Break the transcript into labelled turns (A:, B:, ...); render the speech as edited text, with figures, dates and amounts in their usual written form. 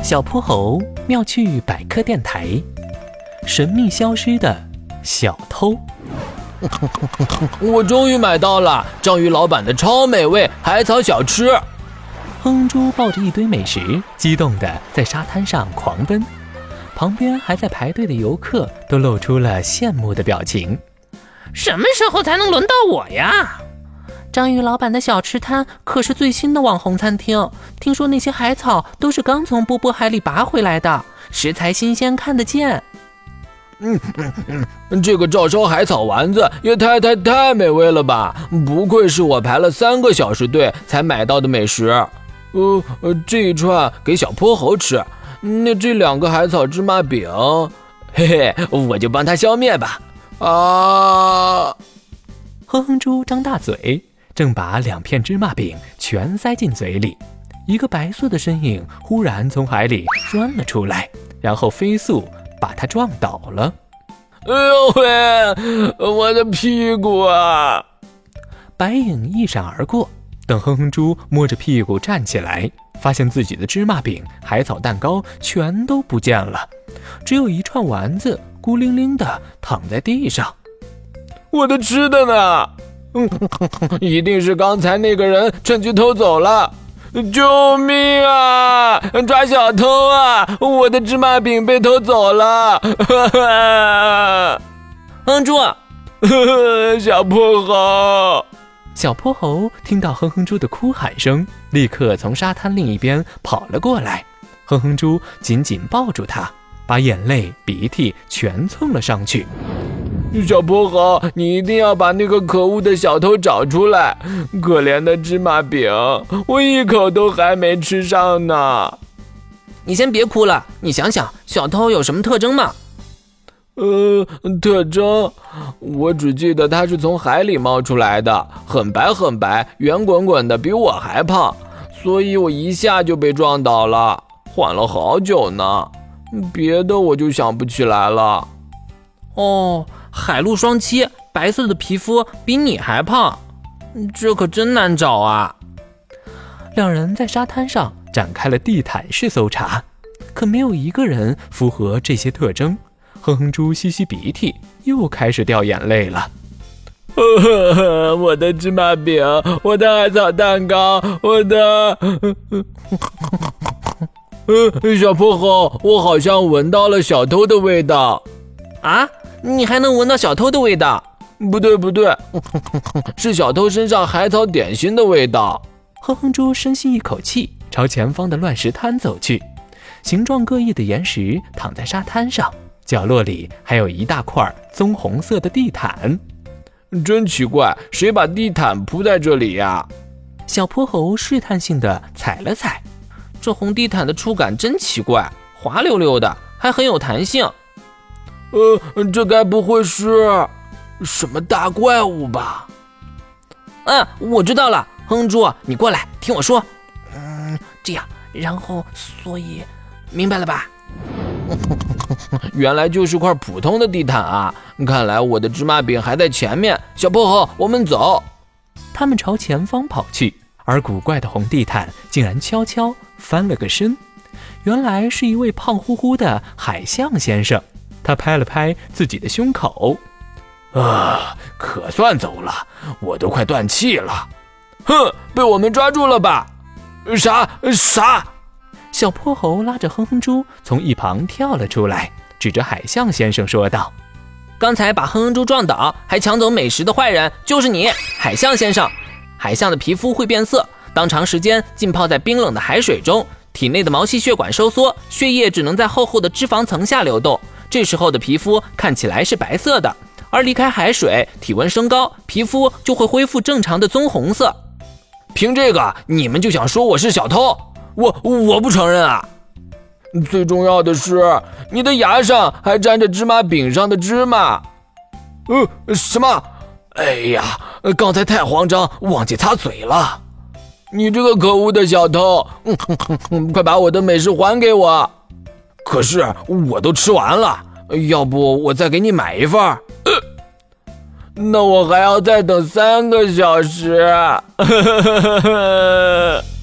A: 小泼猴妙趣百科电台，神秘消失的小偷。
B: 我终于买到了章鱼老板的超美味海草小吃。
A: 哼哼猪抱着一堆美食，激动地在沙滩上狂奔，旁边还在排队的游客都露出了羡慕的表情。
C: 什么时候才能轮到我呀？章鱼老板的小吃摊可是最新的网红餐厅，听说那些海草都是刚从波波海里拔回来的，食材新鲜看得见。
B: 这个照烧海草丸子也太美味了吧！不愧是我排了3个小时队才买到的美食。这一串给小泼猴吃，那这2个海草芝麻饼，嘿嘿，我就帮他消灭吧。啊！
A: 哼哼猪张大嘴，正把2片芝麻饼全塞进嘴里，一个白色的身影忽然从海里钻了出来，然后飞速把他撞倒了。
B: 哎呦喂，我的屁股啊！
A: 白影一闪而过，等哼哼猪摸着屁股站起来，发现自己的芝麻饼、海草蛋糕全都不见了，只有一串丸子孤零零地躺在地上。
B: 我的吃的呢？一定是刚才那个人趁机偷走了！救命啊！抓小偷啊！我的芝麻饼被偷走了！
C: 哼猪，
B: 小泼猴！
A: 小泼猴听到哼哼猪的哭喊声，立刻从沙滩另一边跑了过来。哼哼猪紧紧抱住他，把眼泪、鼻涕全蹭了上去。
B: 小泼猴，你一定要把那个可恶的小偷找出来！可怜的芝麻饼，我一口都还没吃上呢。
C: 你先别哭了，你想想，小偷有什么特征吗？
B: 特征？我只记得他是从海里冒出来的，很白，圆滚滚的，比我还胖，所以我一下就被撞倒了，缓了好久呢。别的我就想不起来了。
C: 哦，海陆双栖，白色的皮肤，比你还胖，这可真难找啊。
A: 2人在沙滩上展开了地毯式搜查，可没有一个人符合这些特征。哼哼猪吸吸鼻涕，又开始掉眼泪了。
B: 我的芝麻饼，我的海草蛋糕，我的……小泼猴，我好像闻到了小偷的味道。
C: 啊？你还能闻到小偷的味道？
B: 不对，是小偷身上海草点心的味道。
A: 哼哼猪深吸一口气，朝前方的乱石滩走去。形状各异的岩石躺在沙滩上，角落里还有一大块棕红色的地毯。
B: 真奇怪，谁把地毯铺在这里呀？
A: 小泼猴试探性地踩了踩，
C: 这红地毯的触感真奇怪，滑溜溜的，还很有弹性。
B: 这该不会是什么大怪物吧？
C: 我知道了，哼猪，你过来听我说。这样，然后所以明白了吧？
B: 原来就是块普通的地毯啊！看来我的芝麻饼还在前面。小泼猴，我们走。
A: 他们朝前方跑去，而古怪的红地毯竟然悄悄翻了个身。原来是一位胖乎乎的海象先生。他拍了拍自己的胸口，
B: 可算走了，我都快断气了。被我们抓住了吧？啥？
A: 小泼猴拉着哼哼猪从一旁跳了出来，指着海象先生说道：
C: 刚才把哼哼猪撞倒还抢走美食的坏人就是你，海象先生。海象的皮肤会变色，当长时间浸泡在冰冷的海水中，体内的毛细血管收缩，血液只能在厚厚的脂肪层下流动，这时候的皮肤看起来是白色的，而离开海水，体温升高，皮肤就会恢复正常的棕红色。
B: 凭这个你们就想说我是小偷？我不承认啊！最重要的是，你的牙上还沾着芝麻饼上的芝麻。什么？哎呀，刚才太慌张，忘记擦嘴了。你这个可恶的小偷，快把我的美食还给我！可是我都吃完了，要不我再给你买一份？那我还要再等3个小时。